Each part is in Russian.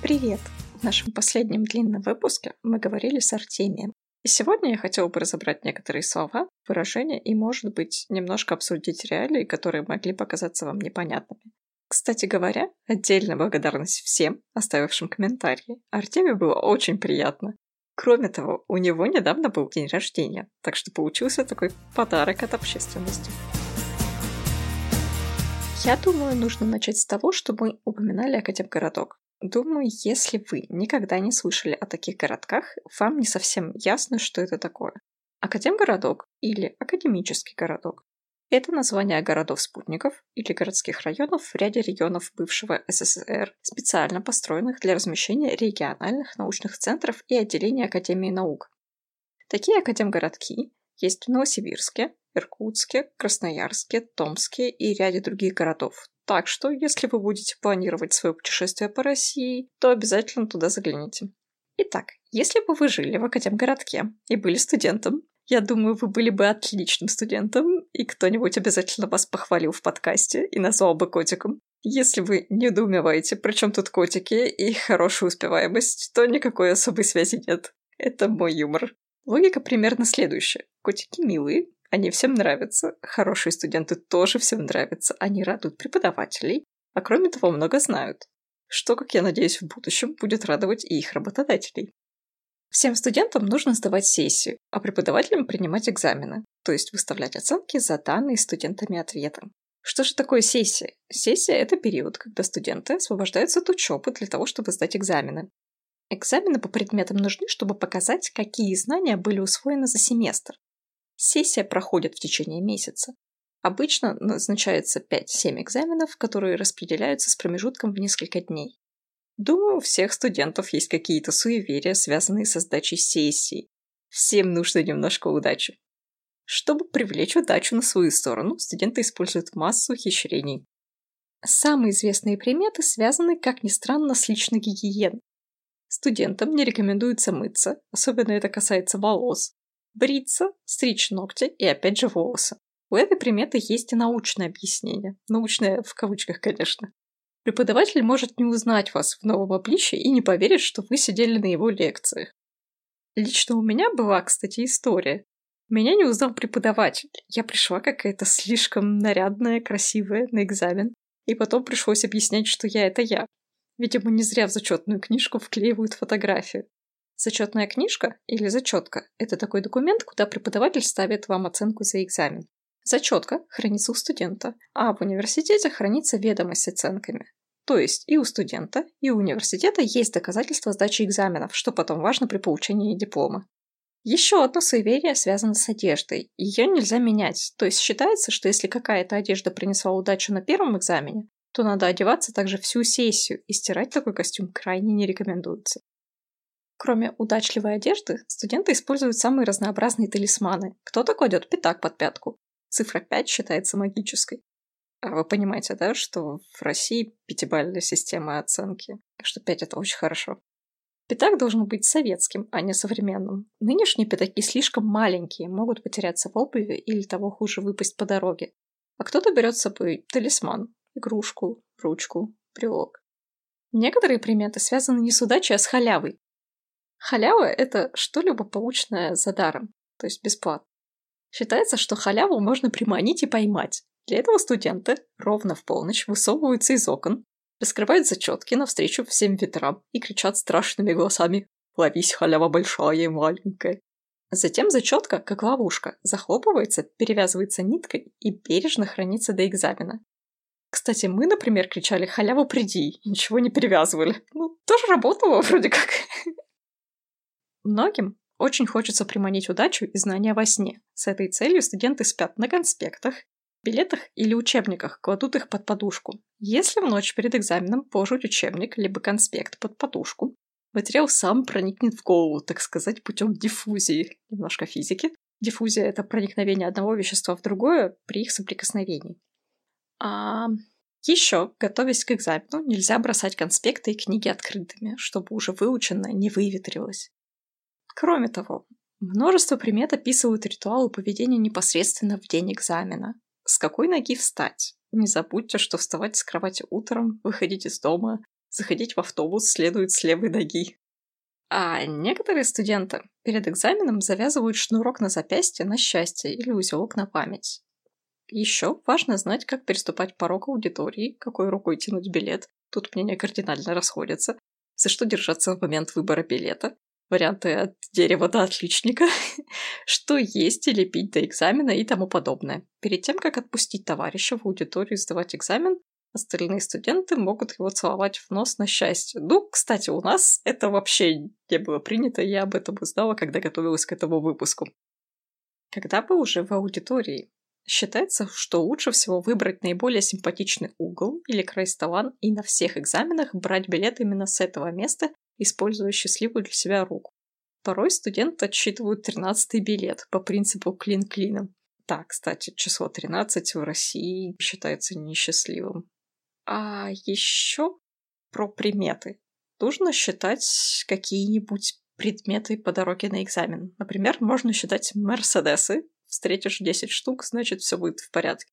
Привет! В нашем последнем длинном выпуске мы говорили с Артемием. И сегодня я хотела бы разобрать некоторые слова, выражения и, может быть, немножко обсудить реалии, которые могли показаться вам непонятными. Кстати говоря, отдельная благодарность всем, оставившим комментарии. Артемию было очень приятно. Кроме того, у него недавно был день рождения, так что получился такой подарок от общественности. Я думаю, нужно начать с того, что мы упоминали Академгородок. Думаю, если вы никогда не слышали о таких городках, вам не совсем ясно, что это такое. Академгородок или Академический городок – это название городов-спутников или городских районов в ряде регионов бывшего СССР, специально построенных для размещения региональных научных центров и отделений Академии наук. Такие академгородки есть в Новосибирске, Иркутске, Красноярске, Томске и ряде других городов. Так что, если вы будете планировать свое путешествие по России, то обязательно туда загляните. Итак, если бы вы жили в Академгородке и были студентом, я думаю, вы были бы отличным студентом, и кто-нибудь обязательно вас похвалил в подкасте и назвал бы котиком. Если вы недоумеваете, при чем тут котики и хорошая успеваемость, то никакой особой связи нет. Это мой юмор. Логика примерно следующая. Котики милые, они всем нравятся, хорошие студенты тоже всем нравятся, они радуют преподавателей, а кроме того много знают, что, как я надеюсь, в будущем будет радовать и их работодателей. Всем студентам нужно сдавать сессию, а преподавателям принимать экзамены, то есть выставлять оценки за данные студентами ответы. Что же такое сессия? Сессия – это период, когда студенты освобождаются от учебы для того, чтобы сдать экзамены. Экзамены по предметам нужны, чтобы показать, какие знания были усвоены за семестр. Сессия проходит в течение месяца. Обычно назначается 5-7 экзаменов, которые распределяются с промежутком в несколько дней. Думаю, у всех студентов есть какие-то суеверия, связанные со сдачей сессии. Всем нужно немножко удачи. Чтобы привлечь удачу на свою сторону, студенты используют массу ухищрений. Самые известные приметы связаны, как ни странно, с личной гигиеной. Студентам не рекомендуется мыться, особенно это касается волос, бриться, стричь ногти и опять же волосы. У этой приметы есть и научное объяснение. Научное в кавычках, конечно. Преподаватель может не узнать вас в новом обличии и не поверить, что вы сидели на его лекциях. Лично у меня была, кстати, история. Меня не узнал преподаватель. Я пришла какая-то слишком нарядная, красивая на экзамен. И потом пришлось объяснять, что это я. Видимо, не зря в зачетную книжку вклеивают фотографию. Зачетная книжка или зачетка – это такой документ, куда преподаватель ставит вам оценку за экзамен. Зачетка хранится у студента, а в университете хранится ведомость с оценками. То есть и у студента, и у университета есть доказательства сдачи экзаменов, что потом важно при получении диплома. Еще одно суеверие связано с одеждой. Ее нельзя менять. То есть считается, что если какая-то одежда принесла удачу на первом экзамене, то надо одеваться также всю сессию, и стирать такой костюм крайне не рекомендуется. Кроме удачливой одежды, студенты используют самые разнообразные талисманы. Кто-то кладет пятак под пятку. Цифра 5 считается магической. А вы понимаете, да, что в России 5-бальная система оценки, так что 5 – это очень хорошо. Пятак должен быть советским, а не современным. Нынешние пятаки слишком маленькие, могут потеряться в обуви или того хуже выпасть по дороге. А кто-то берет с собой талисман, игрушку, ручку, брелок. Некоторые приметы связаны не с удачей, а с халявой. Халява – это что-либо полученное за даром, то есть бесплатно. Считается, что халяву можно приманить и поймать. Для этого студенты ровно в полночь высовываются из окон, раскрывают зачетки навстречу всем ветрам и кричат страшными голосами «Ловись, халява большая и маленькая». Затем зачетка, как ловушка, захлопывается, перевязывается ниткой и бережно хранится до экзамена. Кстати, мы, например, кричали «Халява, приди!» и ничего не перевязывали. Тоже работало вроде как. Многим очень хочется приманить удачу и знания во сне. С этой целью студенты спят на конспектах, билетах или учебниках, кладут их под подушку. Если в ночь перед экзаменом положить учебник либо конспект под подушку, материал сам проникнет в голову, так сказать, путем диффузии. Немножко физики. Диффузия – это проникновение одного вещества в другое при их соприкосновении. Еще, готовясь к экзамену, нельзя бросать конспекты и книги открытыми, чтобы уже выученное не выветрилось. Кроме того, множество примет описывают ритуалы поведения непосредственно в день экзамена. С какой ноги встать? Не забудьте, что вставать с кровати утром, выходить из дома, Заходить в автобус следует с левой ноги. А некоторые студенты перед экзаменом завязывают шнурок на запястье на счастье или узелок на память. Еще важно знать, как переступать порог аудитории, какой рукой тянуть билет. Тут мнения кардинально расходятся. За что держаться в момент выбора билета. Варианты от дерева до отличника. Что есть или пить до экзамена и тому подобное. Перед тем, как отпустить товарища в аудиторию сдавать экзамен, остальные студенты могут его целовать в нос на счастье. Ну, кстати, у нас это вообще не было принято, я об этом узнала, когда готовилась к этому выпуску. Когда вы уже в аудитории, считается, что лучше всего выбрать наиболее симпатичный угол или край стола и на всех экзаменах брать билет именно с этого места, используя счастливую для себя руку. Порой студенты отсчитывают 13-й билет по принципу клин клином. Да, кстати, число 13 в России считается несчастливым. А еще про приметы. Нужно считать какие-нибудь предметы по дороге на экзамен. Например, можно считать мерседесы. Встретишь 10 штук, значит, все будет в порядке.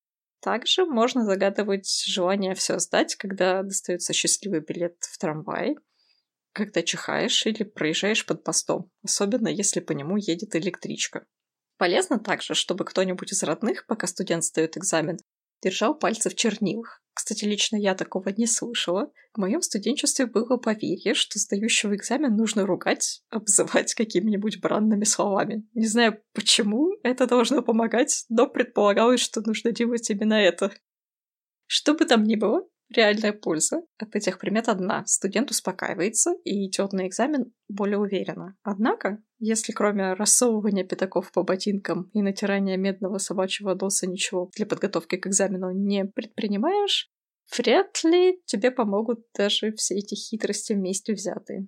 Также можно загадывать желание все сдать, когда достается счастливый билет в трамвае, когда чихаешь или проезжаешь под мостом, особенно если по нему едет электричка. Полезно также, чтобы кто-нибудь из родных, пока студент сдает экзамен, держал пальцы в чернилах. Кстати, лично я такого не слышала. В моем студенчестве было поверье, что сдающего экзамен нужно ругать, обзывать какими-нибудь бранными словами. Не знаю, почему это должно помогать, но предполагалось, что нужно делать именно это. Что бы там ни было, реальная польза от этих примет одна. Студент успокаивается и идет на экзамен более уверенно. Однако, если кроме рассовывания пятаков по ботинкам и натирания медного собачьего носа ничего для подготовки к экзамену не предпринимаешь, вряд ли тебе помогут даже все эти хитрости вместе взятые.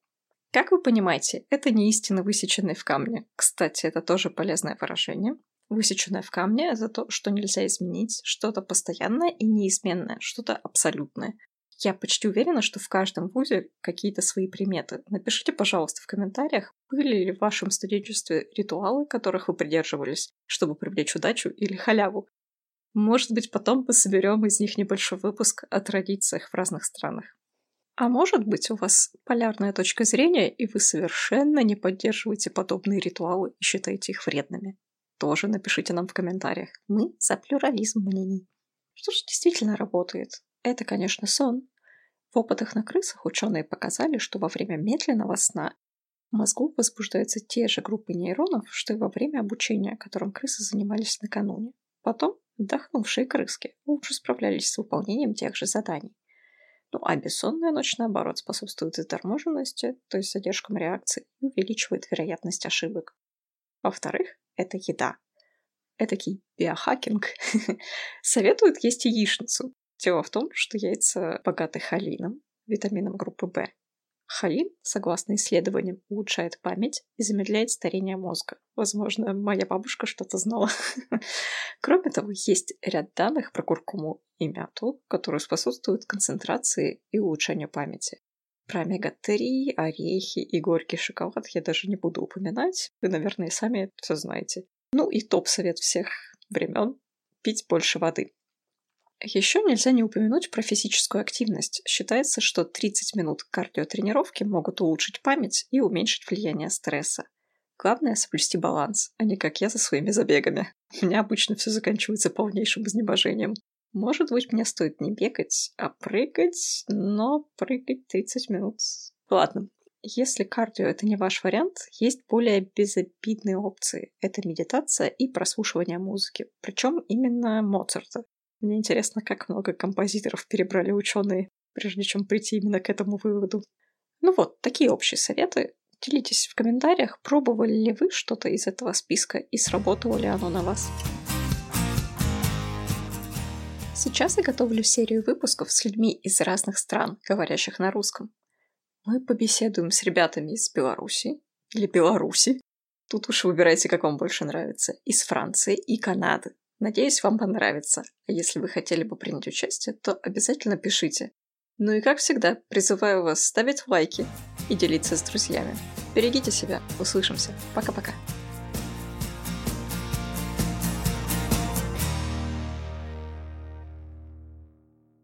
Как вы понимаете, это не истина, высеченная в камне. Кстати, это тоже полезное выражение. Высеченное в камне — это то, что нельзя изменить, что-то постоянное и неизменное, что-то абсолютное. Я почти уверена, что в каждом вузе какие-то свои приметы. Напишите, пожалуйста, в комментариях, были ли в вашем студенчестве ритуалы, которых вы придерживались, чтобы привлечь удачу или халяву. Может быть, потом мы соберем из них небольшой выпуск о традициях в разных странах. А может быть, у вас полярная точка зрения, и вы совершенно не поддерживаете подобные ритуалы и считаете их вредными. Тоже напишите нам в комментариях. Мы за плюрализм мнений. Что же действительно работает? Это, конечно, сон. В опытах на крысах ученые показали, что во время медленного сна в мозгу возбуждаются те же группы нейронов, что и во время обучения, которым крысы занимались накануне. Потом отдохнувшие крыски лучше справлялись с выполнением тех же заданий. Ну а бессонная ночь, наоборот, способствует заторможенности, то есть задержкам реакции, и увеличивает вероятность ошибок. Во-вторых, это еда. Этакий биохакинг. Советуют есть яичницу. Дело в том, что яйца богаты холином, витамином группы В. Холин, согласно исследованиям, улучшает память и замедляет старение мозга. Возможно, моя бабушка что-то знала. Кроме того, есть ряд данных про куркуму и мяту, которые способствуют концентрации и улучшению памяти. Про омега-3, орехи и горький шоколад я даже не буду упоминать. Вы, наверное, сами все знаете. Ну и топ-совет всех времен – пить больше воды. Еще нельзя не упомянуть про физическую активность. Считается, что 30 минут кардиотренировки могут улучшить память и уменьшить влияние стресса. Главное – соблюсти баланс, а не как я со своими забегами. У меня обычно все заканчивается полнейшим изнеможением. Может быть, мне стоит не бегать, а прыгать, но прыгать 30 минут. Ладно, если кардио – это не ваш вариант, есть более безобидные опции. Это медитация и прослушивание музыки. Причем именно Моцарта. Мне интересно, как много композиторов перебрали ученые, прежде чем прийти именно к этому выводу. Ну вот, такие общие советы. Делитесь в комментариях, пробовали ли вы что-то из этого списка и сработало ли оно на вас. Сейчас я готовлю серию выпусков с людьми из разных стран, говорящих на русском. Мы побеседуем с ребятами из Беларуси или Беларуси. Тут уж выбирайте, как вам больше нравится. Из Франции и Канады. Надеюсь, вам понравится. А если вы хотели бы принять участие, то обязательно пишите. Ну и как всегда, призываю вас ставить лайки и делиться с друзьями. Берегите себя. Услышимся. Пока-пока.